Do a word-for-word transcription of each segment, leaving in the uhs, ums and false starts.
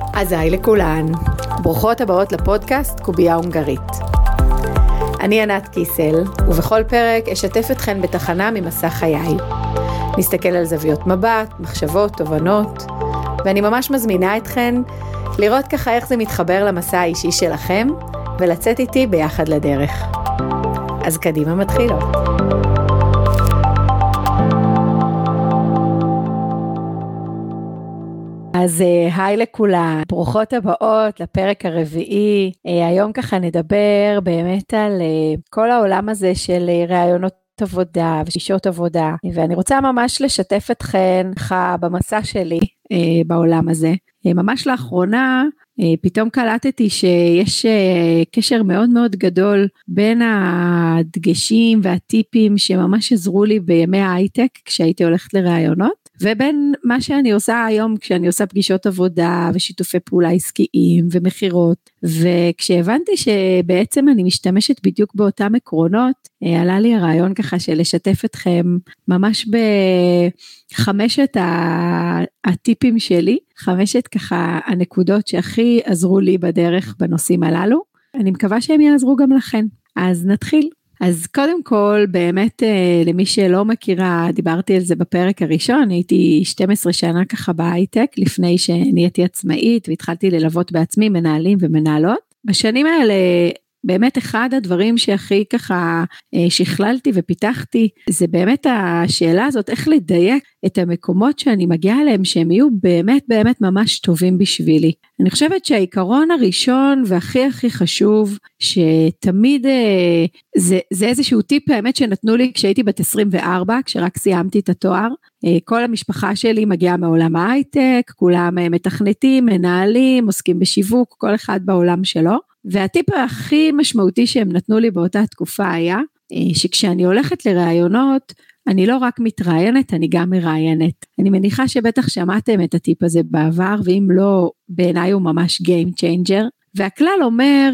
אז היי לכולן, ברוכות הבאות לפודקאסט קובייה הונגרית. אני ענת קיסל, ובכל פרק אשתף אתכן בתחנה ממסע חיי. נסתכל על זוויות מבט, מחשבות, תובנות, ואני ממש מזמינה אתכן לראות ככה איך זה מתחבר למסע האישי שלכם, ולצאת איתי ביחד לדרך. אז קדימה מתחילות. אז היי לכולם, ברוכות הבאות לפרק הרביעי. היום ככה נדבר באמת על כל העולם הזה של רעיונות עבודה ושישות עבודה, ואני רוצה ממש לשתף אתכן ככה במסע שלי בעולם הזה. ממש לאחרונה פתאום קלטתי שיש קשר מאוד מאוד גדול בין הדגשים והטיפים שממש עזרו לי בימי ההייטק כשהייתי הולכת לרעיונות, ובין מה שאני עושה היום כשאני עושה פגישות עבודה ושיתופי פעולה עסקיים ומחירות. וכשהבנתי שבעצם אני משתמשת בדיוק באותם עקרונות, עלה לי הרעיון ככה של לשתף אתכם ממש בחמשת הטיפים שלי, חמשת ככה הנקודות שהכי עזרו לי בדרך בנושאים הללו. אני מקווה שהם יעזרו גם לכן. אז נתחיל. אז קודם כל, באמת למי שלא מכירה, דיברתי על זה בפרק הראשון, הייתי שתים עשרה שנה ככה בהייטק, לפני שנהייתי עצמאית, והתחלתי ללוות בעצמי מנהלים ומנהלות. בשנים האלה, באמת אחד הדברים שהכי ככה שכללתי ופיתחתי, זה באמת השאלה הזאת, איך לדייק את המקומות שאני מגיעה אליהם, שהם יהיו באמת באמת ממש טובים בשבילי. אני חושבת שהעיקרון הראשון והכי הכי חשוב, שתמיד זה, זה איזשהו טיפ האמת שנתנו לי כשהייתי בת עשרים וארבע, כשרק סיימתי את התואר. כל המשפחה שלי מגיעה מעולם ההייטק, כולם מתכנתים, מנהלים, עוסקים בשיווק, כל אחד בעולם שלו. והטיפ הכי משמעותי שהם נתנו לי באותה תקופה היה, שכשאני הולכת לראיונות, אני לא רק מתראיינת, אני גם מראיינת. אני מניחה שבטח שמעתם את הטיפ הזה בעבר, ואם לא, בעיניי הוא ממש game changer. והכלל אומר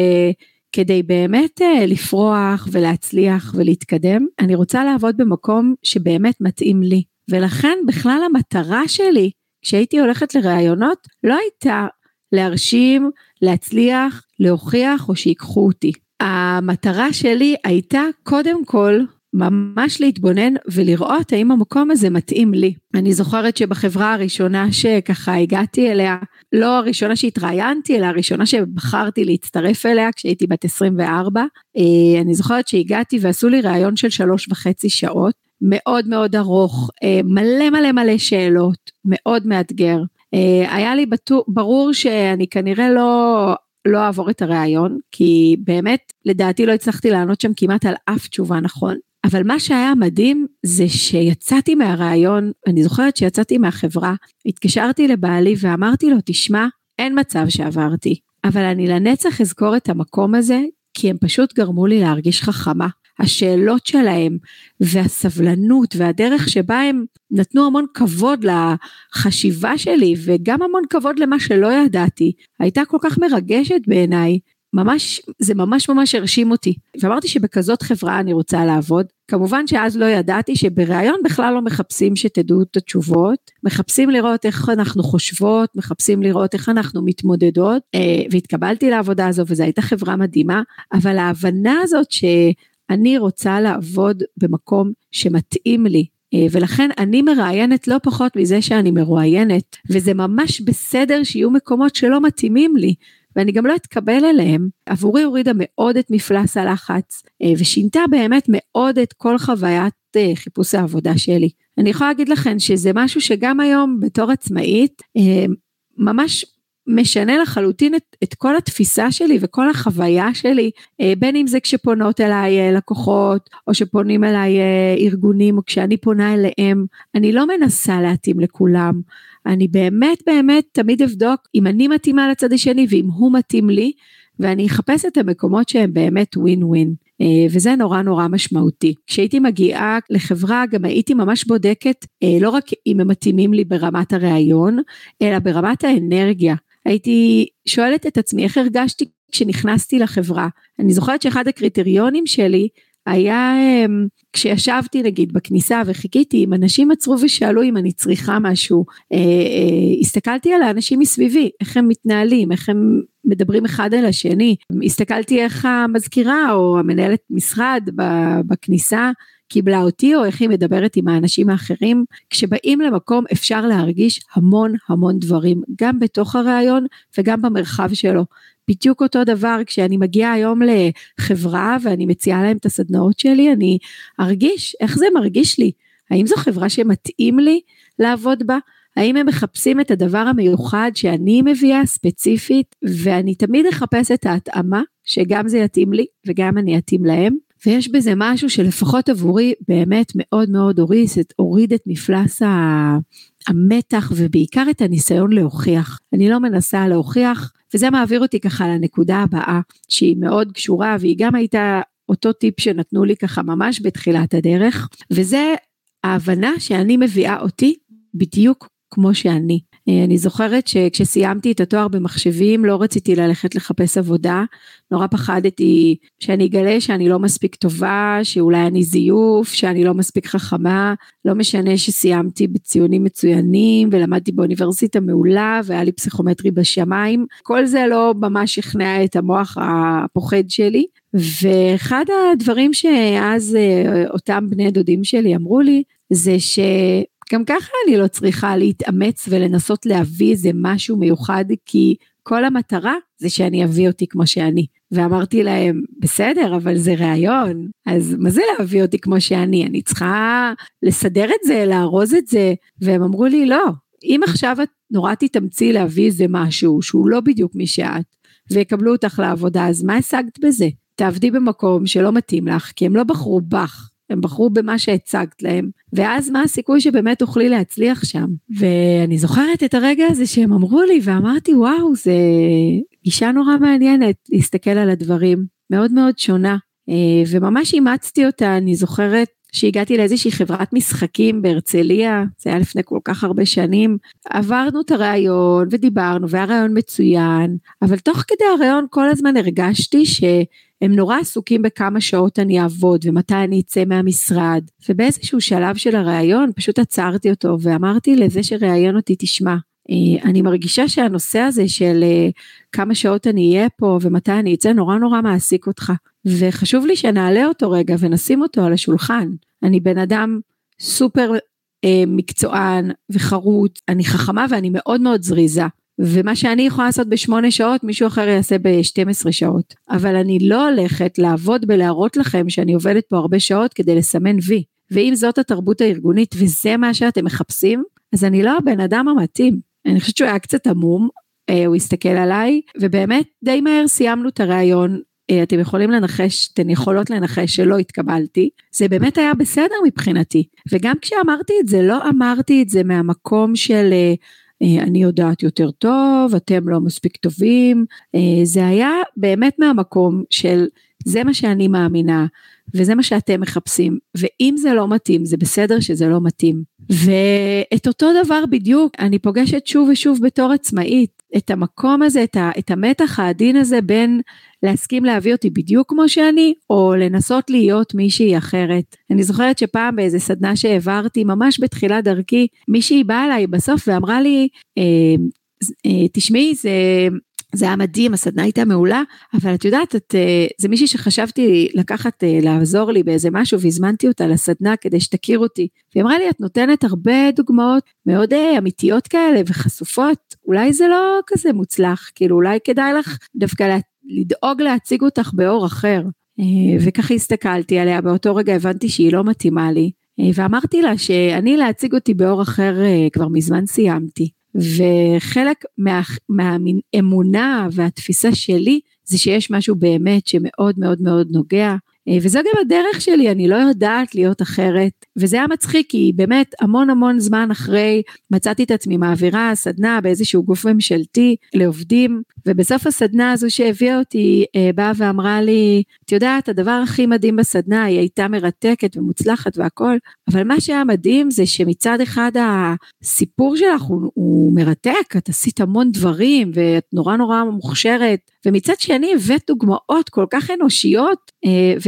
שכדי באמת לפרוח ולהצליח ולהתקדם, אני רוצה לעבוד במקום שבאמת מתאים לי. ולכן בכלל המטרה שלי, כשהייתי הולכת לראיונות, לא הייתה להרשים, להצליח, להוכיח או שיקחו אותי. המטרה שלי הייתה קודם כל ממש להתבונן ולראות האם המקום הזה מתאים לי. אני זוכרת שבחברה הראשונה שככה הגעתי אליה, לא הראשונה שהתראיינתי, אלא הראשונה שבחרתי להצטרף אליה כשהייתי בת עשרים וארבע, אני זוכרת שהגעתי ועשו לי ראיון של שלוש וחצי שעות, מאוד מאוד ארוך, מלא מלא מלא שאלות, מאוד מאתגר. היה לי ברור שאני כנראה לא, לא אעבור את הרעיון, כי באמת לדעתי לא הצלחתי לענות שם כמעט על אף תשובה נכון, אבל מה שהיה מדהים זה שיצאתי מהרעיון, אני זוכרת שיצאתי מהחברה, התקשרתי לבעלי ואמרתי לו, תשמע, אין מצב שעברתי, אבל אני לנצח אזכור את המקום הזה, כי הם פשוט גרמו לי להרגיש חכמה. השאלות שלהם והסבלנות והדרך שבה הם נתנו המון כבוד לחשיבה שלי וגם המון כבוד למה שלא ידעתי, הייתה כל כך מרגשת בעיניי, ממש, זה ממש ממש הרשים אותי, ואמרתי שבכזאת חברה אני רוצה לעבוד. כמובן שאז לא ידעתי שבראיון בכלל לא מחפשים שתדעו את התשובות, מחפשים לראות איך אנחנו חושבות, מחפשים לראות איך אנחנו מתמודדות, והתקבלתי לעבודה הזו וזו הייתה חברה מדהימה, אבל ההבנה הזאת ש... אני רוצה לעבוד במקום שמתאים לי, ולכן אני מראיינת לא פחות מזה שאני מרואיינת, וזה ממש בסדר שיהיו מקומות שלא מתאימים לי, ואני גם לא אתקבל אליהם. עבורי הורידה מאוד את מפלס הלחץ, ושינתה באמת מאוד את כל חוויית חיפוש העבודה שלי. אני יכולה להגיד לכם שזה משהו שגם היום בתור עצמאית, ממש משנה לחלוטין את, את כל התפיסה שלי וכל החוויה שלי, בין אם זה כשפונות אליי לקוחות, או שפונים אליי ארגונים, או כשאני פונה אליהם, אני לא מנסה להתאים לכולם, אני באמת באמת תמיד אבדוק אם אני מתאימה לצד השני, ואם הוא מתאים לי, ואני אחפש את המקומות שהם באמת ווין ווין, וזה נורא נורא משמעותי. כשהייתי מגיעה לחברה, גם הייתי ממש בודקת, לא רק אם הם מתאימים לי ברמת הרעיון, אלא ברמת האנרגיה. הייתי שואלת את עצמי, איך הרגשתי כשנכנסתי לחברה? אני זוכרת שאחד הקריטריונים שלי, היה כשישבתי נגיד בכניסה וחיכיתי, אם אנשים עצרו ושאלו אם אני צריכה משהו, הסתכלתי על האנשים מסביבי, איך הם מתנהלים, איך הם מדברים אחד על השני, הסתכלתי איך המזכירה או המנהלת משרד בכניסה קיבלה אותי, או איך היא מדברת עם האנשים האחרים. כשבאים למקום אפשר להרגיש המון המון דברים, גם בתוך הרעיון וגם במרחב שלו. בדיוק אותו דבר, כשאני מגיעה היום לחברה ואני מציעה להם את הסדנאות שלי, אני ארגיש איך זה מרגיש לי, האם זו חברה שמתאים לי לעבוד בה, האם הם מחפשים את הדבר המיוחד שאני מביאה ספציפית, ואני תמיד אחפש את ההתאמה, שגם זה יתאים לי וגם אני אתאים להם, ויש בזה משהו שלפחות עבורי באמת מאוד מאוד הוריד, הוריד את מפלס המתח, ובעיקר את הניסיון להוכיח. אני לא מנסה להוכיח, וזה מעביר אותי ככה לנקודה הבאה, שהיא מאוד קשורה, והיא גם הייתה אותו טיפ שנתנו לי ככה ממש בתחילת הדרך, וזה ההבנה שאני מביאה אותי בדיוק כמו שאני. אני זוכרת שכשסיימתי את התואר במחשבים, לא רציתי ללכת לחפש עבודה, נורא פחדתי שאני אגלה שאני לא מספיק טובה, שאולי אני זיוף, שאני לא מספיק חכמה, לא משנה שסיימתי בציונים מצוינים, ולמדתי באוניברסיטה מעולה, והיה לי פסיכומטרי בשמיים, כל זה לא ממש הכנע את המוח הפוחד שלי, ואחד הדברים שאז אותם בני דודים שלי אמרו לי, זה ש... גם ככה אני לא צריכה להתאמץ ולנסות להביא איזה משהו מיוחד, כי כל המטרה זה שאני אביא אותי כמו שאני. ואמרתי להם, בסדר, אבל זה רעיון, אז מה זה להביא אותי כמו שאני? אני צריכה לסדר את זה, לארוז את זה, והם אמרו לי, לא, אם עכשיו את נורא תתאמצי להביא איזה משהו, שהוא לא בדיוק מי שאת, ויקבלו אותך לעבודה, אז מה השגת בזה? תעבדי במקום שלא מתאים לך, כי הם לא בחרו בך, הם בחרו במה שהצגת להם, ואז מה הסיכוי שבאמת תוכלי להצליח שם? ואני זוכרת את הרגע הזה שהם אמרו לי, ואמרתי, וואו, זה גישה נורא מעניינת, להסתכל על הדברים, מאוד מאוד שונה, וממש אימצתי אותה. אני זוכרת שהגעתי לאיזושהי חברת משחקים בהרצליה, זה היה לפני כל כך הרבה שנים, עברנו את הרעיון ודיברנו, והיה רעיון מצוין, אבל תוך כדי הרעיון כל הזמן הרגשתי ש... הם נורא עסוקים בכמה שעות אני אעבוד, ומתי אני אצא מהמשרד, ובאיזשהו שלב של הרעיון, פשוט עצרתי אותו, ואמרתי לזה שראיין אותי, תשמע, אני מרגישה שהנושא הזה של כמה שעות אני אהיה פה, ומתי אני אצא, נורא נורא מעסיק אותך, וחשוב לי שנעלה אותו רגע, ונשים אותו על השולחן. אני בן אדם סופר מקצוען וחרוץ, אני חכמה ואני מאוד מאוד זריזה, ומה שאני יכולה לעשות בשמונה שעות, מישהו אחר יעשה ב-שתים עשרה שעות, אבל אני לא הולכת לעבוד בלהראות לכם שאני עובדת פה הרבה שעות כדי לסמן וי, ואם זאת התרבות הארגונית וזה מה שאתם מחפשים, אז אני לא הבן אדם המתאים. אני חושבת שהוא היה קצת עמום, הוא הסתכל עליי, ובאמת די מהר סיימנו את הרעיון, אתם יכולים לנחש, אתן יכולות לנחש שלא התקבלתי, זה באמת היה בסדר מבחינתי, וגם כשאמרתי את זה, לא אמרתי את זה מהמקום של... אני יודעת יותר טוב, אתם לא מספיק טובים, זה היה באמת מהמקום של זה מה שאני מאמינה, וזה מה שאתם מחפשים, ואם זה לא מתאים, זה בסדר שזה לא מתאים, ואת אותו דבר בדיוק, אני פוגשת שוב ושוב בתור עצמאית, את המקום הזה, את, ה, את המתח העדין הזה, בין להסכים להביא אותי בדיוק כמו שאני, או לנסות להיות מישהי אחרת. אני זוכרת שפעם באיזה סדנה שהעברתי, ממש בתחילת דרכי, מישהי באה אליי בסוף ואמרה לי, אה, אה, תשמעי, זה... זה היה מדהים, הסדנה הייתה מעולה, אבל את יודעת, את, זה מישהי שחשבתי לקחת, לעזור לי באיזה משהו, והזמנתי אותה לסדנה כדי שתכיר אותי, והיא אמרה לי, את נותנת הרבה דוגמאות מאוד אמיתיות כאלה וחשופות, אולי זה לא כזה מוצלח, כאילו אולי כדאי לך דווקא לדאוג להציג אותך באור אחר, וככה הסתכלתי עליה, באותו רגע הבנתי שהיא לא מתאימה לי, ואמרתי לה שאני להציג אותי באור אחר כבר מזמן סיימתי, וחלק מה, מהאמונה והתפיסה שלי, זה שיש משהו באמת שמאוד מאוד מאוד נוגע, וזו גם הדרך שלי, אני לא יודעת להיות אחרת, וזה היה מצחיק, כי באמת המון המון זמן אחרי, מצאתי את עצמי מעבירה סדנה באיזשהו גוף ממשלתי לעובדים, ובסוף הסדנה הזו שהביאה אותי, באה ואמרה לי, את יודעת, הדבר הכי מדהים בסדנה, היא הייתה מרתקת ומוצלחת והכל, אבל מה שהיה מדהים זה שמצד אחד הסיפור שלך הוא, הוא מרתק, את עשית המון דברים, ואת נורא נורא מוכשרת, ומצד שני הבאת דוגמאות כל כך אנושיות, וזה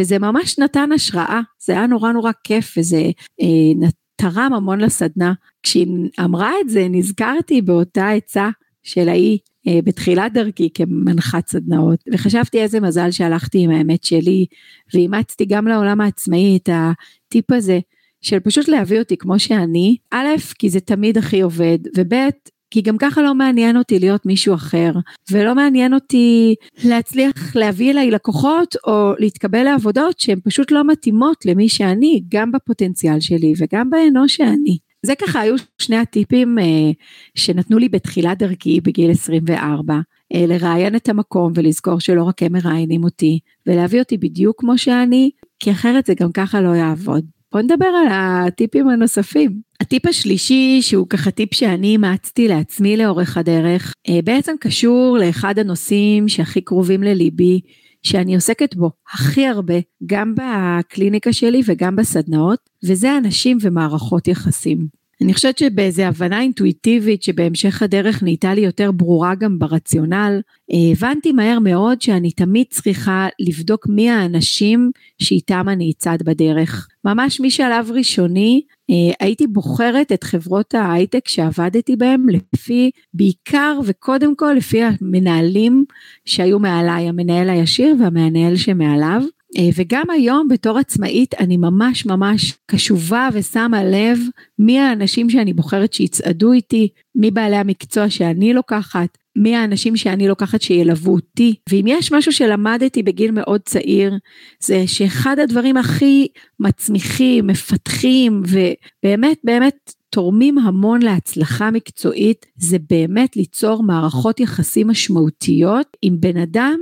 וזה ממש נתן השראה, זה היה נורא נורא כיף, וזה אה, תרם המון לסדנה. כשהיא אמרה את זה, נזכרתי באותה עצה של ההיא, אה, בתחילת דרכי כמנחת סדנאות, וחשבתי איזה מזל שהלכתי עם האמת שלי, ואימצתי גם לעולם העצמאי את הטיפ הזה, של פשוט להביא אותי כמו שאני, א', כי זה תמיד הכי עובד, וב', כי גם ככה לא מעניין אותי להיות מישהו אחר, ולא מעניין אותי להצליח להביא אליי לקוחות, או להתקבל לעבודות שהן פשוט לא מתאימות למי שאני, גם בפוטנציאל שלי, וגם באנוש שאני. זה ככה היו שני הטיפים אה, שנתנו לי בתחילת דרכי בגיל עשרים וארבע, אה, לראיין את המקום ולזכור שלא רק הם מראיינים אותי, ולהביא אותי בדיוק כמו שאני, כי אחרת זה גם ככה לא יעבוד. בוא נדבר על הטיפים הנוספים. הטיפ השלישי, שהוא ככה טיפ שאני אימצתי לעצמי לאורך הדרך, בעצם קשור לאחד הנושאים שהכי קרובים לליבי, שאני עוסקת בו הכי הרבה, גם בקליניקה שלי וגם בסדנאות, וזה אנשים ומערכות יחסים. אני חושבת שבאיזו הבנה אינטואיטיבית שבהמשך הדרך נהייתה לי יותר ברורה גם ברציונל, הבנתי מהר מאוד שאני תמיד צריכה לבדוק מי האנשים שאיתם אני אצעד בדרך. ממש משלב ראשוני הייתי בוחרת את חברות ההייטק שעבדתי בהם לפי בעיקר וקודם כל לפי המנהלים שהיו מעליי, המנהל הישיר והמנהל שמעליו. וגם היום בתור עצמאית אני ממש ממש קשובה ושמה לב מי האנשים שאני בוחרת שיצעדו איתי, מי בעלי המקצוע שאני לוקחת, מי האנשים שאני לוקחת שילוו אותי. ואם יש משהו שלמדתי בגיל מאוד צעיר, זה שאחד הדברים הכי מצמיחים, מפתחים ובאמת באמת תורמים המון להצלחה מקצועית, זה באמת ליצור מערכות יחסים משמעותיות עם בן אדם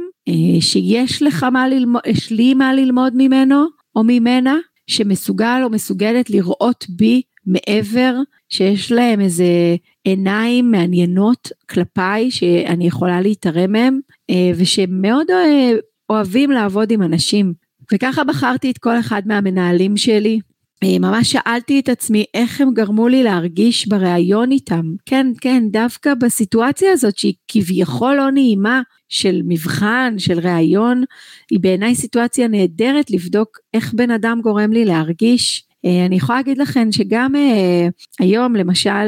שיש לך מה ללמוד, יש לי מה ללמוד ממנו או ממנה, שמסוגל או מסוגלת לראות בי מעבר, שיש להם איזה עיניים מעניינות כלפיי, שאני יכולה להתערם מהם, ושמאוד אוהבים לעבוד עם אנשים. וככה בחרתי את כל אחד מהמנהלים שלי, ממש שאלתי את עצמי איך הם גרמו לי להרגיש בראיון איתם, כן, כן, דווקא בסיטואציה הזאת שהיא כביכול לא נעימה, של מבחן, של ראיון, היא בעיניי סיטואציה נהדרת לבדוק איך בן אדם גורם לי להרגיש. אני יכולה להגיד לכם שגם היום למשל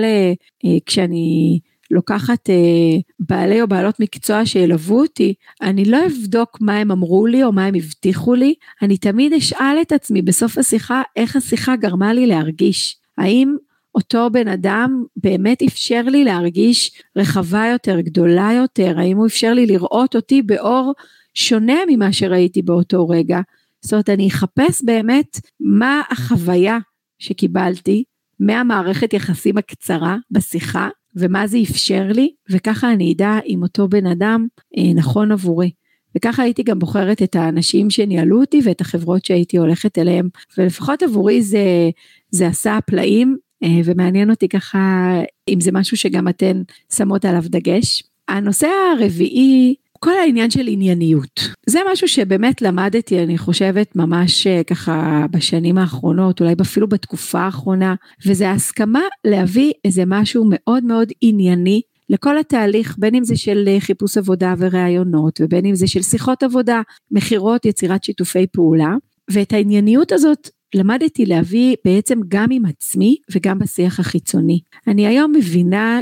כשאני לוקחת בעלי או בעלות מקצוע שילוו אותי, אני לא אבדוק מה הם אמרו לי או מה הם הבטיחו לי, אני תמיד אשאל את עצמי בסוף השיחה איך השיחה גרמה לי להרגיש, האם אותו בן אדם באמת אפשר לי להרגיש רחבה יותר, גדולה יותר, האם הוא אפשר לי לראות אותי באור שונה ממה שראיתי באותו רגע. זאת אומרת, אני אחפש באמת מה החוויה שקיבלתי מהמערכת יחסים הקצרה בשיחה, ומה זה אפשר לי, וככה אני אדע אם אותו בן אדם אה, נכון עבורי. וככה הייתי גם בוחרת את האנשים שניהלו אותי, ואת החברות שהייתי הולכת אליהם, ולפחות עבורי זה, זה עשה פלאים, ומעניין אותי ככה, אם זה משהו שגם אתן שמות עליו דגש. הנושא הרביעי, כל העניין של ענייניות. זה משהו שבאמת למדתי, אני חושבת ממש ככה בשנים האחרונות, אולי אפילו בתקופה האחרונה, וזה ההסכמה להביא איזה משהו מאוד מאוד ענייני, לכל התהליך, בין אם זה של חיפוש עבודה וראיונות, ובין אם זה של שיחות עבודה, מחירות, יצירת שיתופי פעולה, ואת הענייניות הזאת, למדתי להביא בעצם גם עם עצמי וגם בשיח החיצוני. אני היום מבינה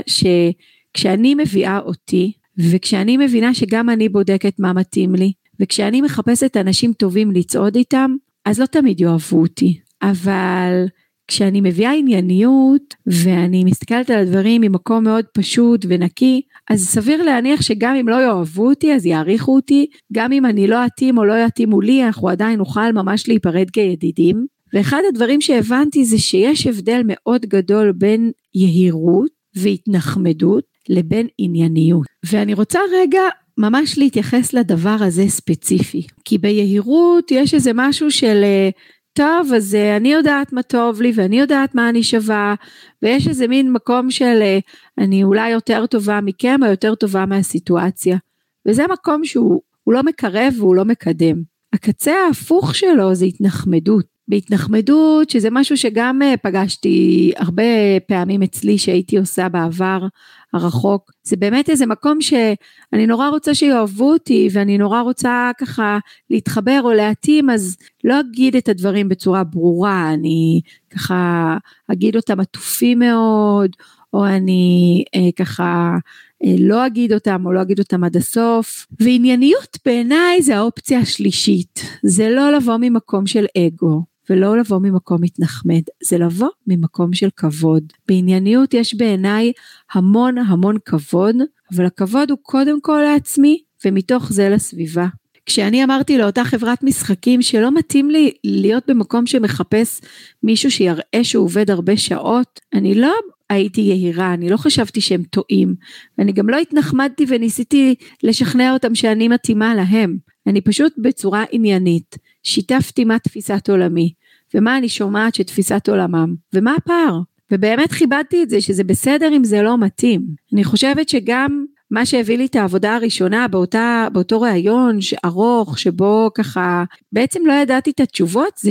שכשאני מביאה אותי, וכשאני מבינה שגם אני בודקת מה מתאים לי, וכשאני מחפשת אנשים טובים לצעוד איתם, אז לא תמיד יאהבו אותי. אבל כשאני מביאה ענייניות, ואני מסתכלת על הדברים ממקום מאוד פשוט ונקי, אז סביר להניח שגם אם לא יאהבו אותי, אז יעריכו אותי, גם אם אני לא אתאים או לא יתאימו לי, אנחנו עדיין נוכל ממש להיפרד כידידים. ואחד הדברים שהבנתי זה שיש הבדל מאוד גדול בין יהירות והתנחמדות לבין ענייניות. ואני רוצה רגע ממש להתייחס לדבר הזה ספציפי, כי ביהירות יש איזה משהו של טוב, אז אני יודעת מה טוב לי ואני יודעת מה אני שווה, ויש איזה מין מקום של אני אולי יותר טובה מכם או יותר טובה מהסיטואציה, וזה מקום שהוא לא מקרב והוא לא מקדם. הקצה ההפוך שלו זה התנחמדות. בהתנחמדות, שזה משהו שגם פגשתי הרבה פעמים אצלי שהייתי עושה בעבר, הרחוק, זה באמת איזה מקום שאני נורא רוצה שיאהבו אותי, ואני נורא רוצה ככה להתחבר או להתאים, אז לא אגיד את הדברים בצורה ברורה, אני ככה אגיד אותם עטופים מאוד, או אני אה, ככה אה, לא אגיד אותם, או לא אגיד אותם עד הסוף, וענייניות בעיניי זה האופציה השלישית, זה לא לבוא ממקום של אגו, ולא לבוא ממקום מתנחמד, זה לבוא ממקום של כבוד. בענייניות יש בעיניי המון המון כבוד, אבל הכבוד הוא קודם כל לעצמי, ומתוך זה לסביבה. כשאני אמרתי לאותה חברת משחקים שלא מתאים לי להיות במקום שמחפש מישהו שיראה שהוא עובד הרבה שעות, אני לא הייתי יהירה, אני לא חשבתי שהם טועים, ואני גם לא התנחמדתי וניסיתי לשכנע אותם שאני מתאימה להם, אני פשוט בצורה עניינית, שיתפתי מה תפיסת עולמי, ומה אני שומעת שתפיסת עולמם, ומה הפער, ובאמת חיבדתי את זה שזה בסדר אם זה לא מתאים, אני חושבת שגם מה שהביא לי את העבודה הראשונה באותה, באותו ראיון ארוך, שבו ככה בעצם לא ידעתי את התשובות, זה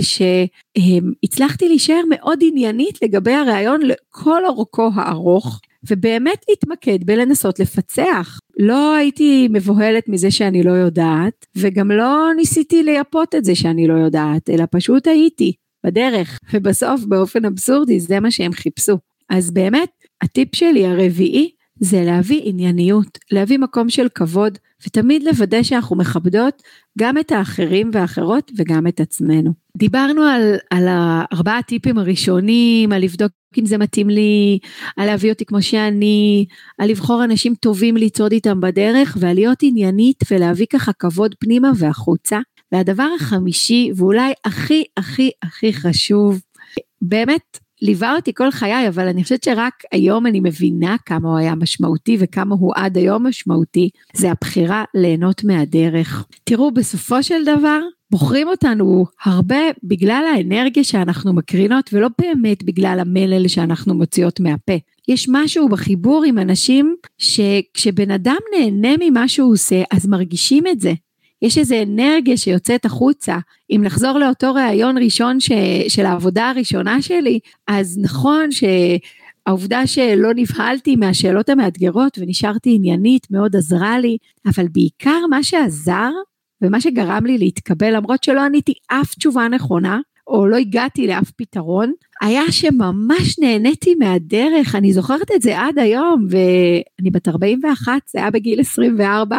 שהצלחתי להישאר מאוד עניינית לגבי הראיון לכל אורכו הארוך, ובאמת להתמקד בלנסות לפצח. לא הייתי מבוהלת מזה שאני לא יודעת, וגם לא ניסיתי לייפות את זה שאני לא יודעת, אלא פשוט הייתי בדרך, ובסוף באופן אבסורדי זה מה שהם חיפשו. אז באמת הטיפ שלי הרביעי, זה להביא ענייניות, להביא מקום של כבוד, ותמיד לוודא שאנחנו מכבדות גם את האחרים והאחרות וגם את עצמנו. דיברנו על, על הארבעה טיפים הראשונים, על לבדוק אם זה מתאים לי, על להביא אותי כמו שאני, על לבחור אנשים טובים לצעוד איתם בדרך, ועל להיות עניינית ולהביא ככה כבוד פנימה והחוצה. והדבר החמישי, ואולי הכי הכי הכי חשוב, באמת, ליווה אותי כל חיי, אבל אני חושבת שרק היום אני מבינה כמה הוא היה משמעותי, וכמה הוא עד היום משמעותי, זה הבחירה ליהנות מהדרך. תראו, בסופו של דבר, בוחרים אותנו הרבה בגלל האנרגיה שאנחנו מקרינות, ולא באמת בגלל המלל שאנחנו מוציאות מהפה. יש משהו בחיבור עם אנשים, שכשבן אדם נהנה ממה שהוא עושה, אז מרגישים את זה. יש איזו אנרגיה שיוצאת החוצה, אם נחזור לאותו ראיון ראשון ש, של העבודה הראשונה שלי, אז נכון שהעובדה שלא נבהלתי מהשאלות המאתגרות, ונשארתי עניינית, מאוד עזרה לי, אבל בעיקר מה שעזר, ומה שגרם לי להתקבל, למרות שלא עניתי אף תשובה נכונה, או לא הגעתי לאף פתרון, היה שממש נהניתי מהדרך, אני זוכרת את זה עד היום, ואני בת ארבעים ואחת, זה היה בגיל עשרים וארבע,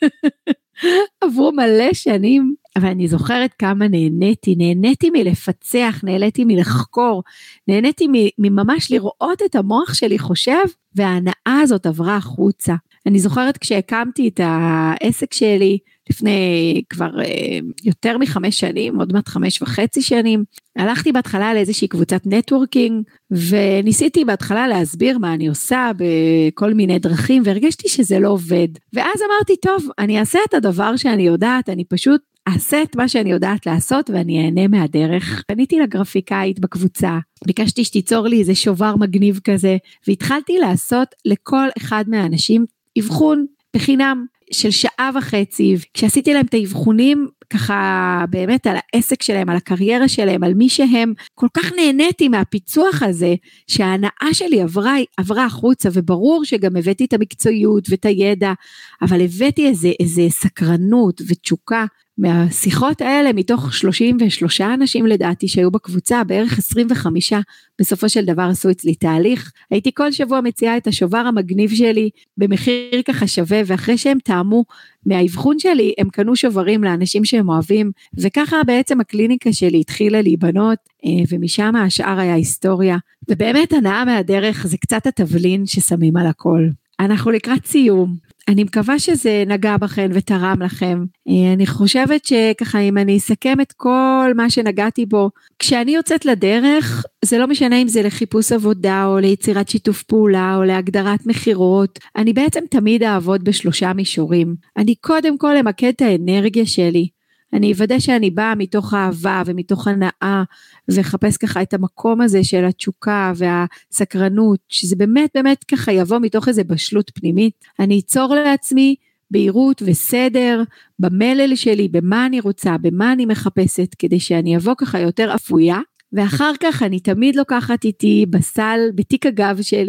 עברו מלא שנים, אבל אני זוכרת כמה נהניתי, נהניתי מלפצח, נהניתי מלחקור, נהניתי מממש לראות את המוח שלי חושב, וההנאה הזאת עברה החוצה. אני זוכרת כשהקמתי את העסק שלי, לפני כבר אה, יותר מחמש שנים, עוד מעט חמש וחצי שנים, הלכתי בהתחלה לאיזושהי קבוצת נטוורקינג, וניסיתי בהתחלה להסביר מה אני עושה בכל מיני דרכים, והרגשתי שזה לא עובד. ואז אמרתי, טוב, אני אעשה את הדבר שאני יודעת, אני פשוט אעשה את מה שאני יודעת לעשות, ואני אהנה מהדרך. פניתי לגרפיקאית בקבוצה, ביקשתי שתיצור לי איזה שובר מגניב כזה, והתחלתי לעשות לכל אחד מהאנשים אבחון בחינם של שעה וחצי, כשעשיתי להם את האבחונים ככה באמת על העסק שלהם, על הקריירה שלהם, על מי שהם, כל כך נהניתי מהפיצוח הזה, שההנאה שלי עברה, עברה החוצה, וברור שגם הבאתי את המקצועיות ואת הידע, אבל הבאתי איזה, איזה סקרנות ותשוקה, מהשיחות האלה מתוך שלושים ושלושה אנשים לדעתי שהיו בקבוצה, בערך עשרים וחמישה בסופו של דבר עשו אצלי תהליך, הייתי כל שבוע מציעה את השובר המגניב שלי במחיר ככה שווה, ואחרי שהם טעמו מהאבחון שלי, הם קנו שוברים לאנשים שהם אוהבים, וככה בעצם הקליניקה שלי התחילה להיבנות, ומשם השאר היה היסטוריה, ובאמת הנאה מהדרך זה קצת התבלין ששמים על הכל. אנחנו לקראת סיום. אני מקווה שזה נגע בכם ותרם לכם. אני חושבת שככה אם אני אסכם את כל מה שנגעתי בו, כשאני יוצאת לדרך, זה לא משנה אם זה לחיפוש עבודה או ליצירת שיתוף פעולה או להגדרת מחירות, אני בעצם תמיד אעבוד בשלושה מישורים. אני קודם כל אמקד את האנרגיה שלי, אני אוודא שאני באה מתוך אהבה ומתוך הנאה, וחפש ככה את המקום הזה של התשוקה והסקרנות, שזה באמת באמת ככה יבוא מתוך איזה בשלות פנימית. אני אצור לעצמי בהירות וסדר, במלל שלי, במה אני רוצה, במה אני מחפשת, כדי שאני אבוא ככה יותר אפויה, ואחר כך אני תמיד לוקחת איתי בסל, בתיק הגב שלי,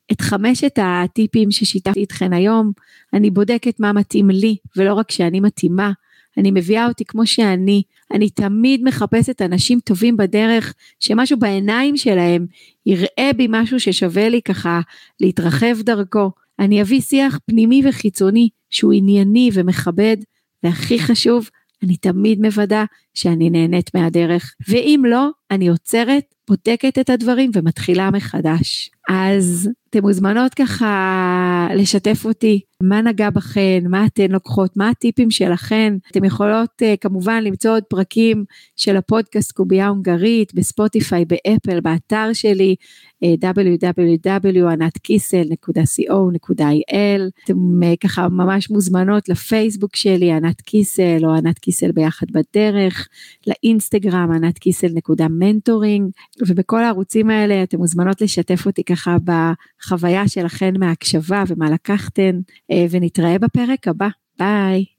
את חמשת הטיפים ששיתפתי איתכן היום, אני בודקת מה מתאים לי, ולא רק שאני מתאימה, אני מביאה אותי כמו שאני, אני תמיד מחפשת אנשים טובים בדרך, שמשהו בעיניים שלהם יראה בי משהו ששווה לי ככה להתרחב דרכו, אני אביא שיח פנימי וחיצוני, שהוא ענייני ומכבד, והכי חשוב, אני תמיד מוודא שאני נהנית מהדרך, ואם לא, אני עוצרת, בודקת את הדברים ומתחילה מחדש. אז אתם מוזמנות ככה לשתף אותי, מה נגע בכן, מה אתן לוקחות, מה הטיפים שלכן, אתם יכולות uh, כמובן למצוא עוד פרקים של הפודקאסט קובייה הונגרית, בספוטיפיי, באפל, באתר שלי, דאבליו דאבליו דאבליו נקודה ענת קיסל נקודה סי או נקודה איי אל, אתם uh, ככה ממש מוזמנות לפייסבוק שלי, ענת קיסל או ענת קיסל ביחד בדרך, לאינסטגרם, ענת קיסל נקודה מנטורינג, ובכל הערוצים האלה אתם מוזמנות לשתף אותי ככה בחוויה שלכן מההקשבה ומה לקחתן, ונתראה בפרק הבא. ביי.